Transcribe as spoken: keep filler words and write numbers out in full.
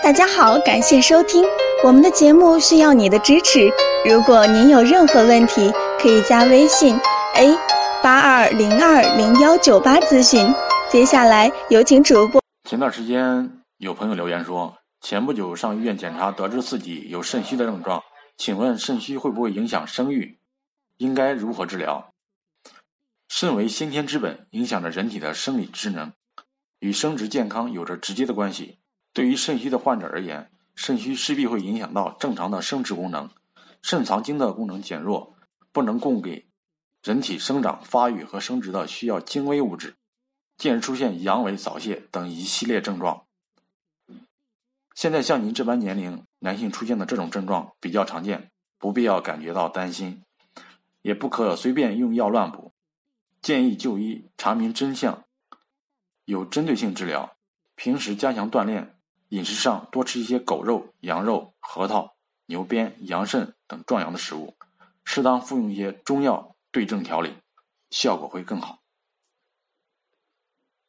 大家好，感谢收听我们的节目，需要你的支持。如果您有任何问题，可以加微信 A 八二零二零幺九八咨询。接下来有请主播。 前段时间有朋友留言说，前不久上医院检查，得知自己有肾虚的症状，请问肾虚会不会影响生育？应该如何治疗？肾为先天之本，影响着人体的生理职能，与生殖健康有着直接的关系。对于肾虚的患者而言，肾虚势必会影响到正常的生殖功能，肾藏精的功能减弱，不能供给人体生长、发育和生殖的需要精微物质，进而出现阳痿、早泄等一系列症状。现在像您这般年龄男性出现的这种症状比较常见，不必要感觉到担心，也不可随便用药乱补，建议就医查明真相，有针对性治疗。平时加强锻炼，饮食上多吃一些狗肉、羊肉、核桃、牛鞭、羊肾等壮阳的食物，适当服用一些中药对症调理，效果会更好。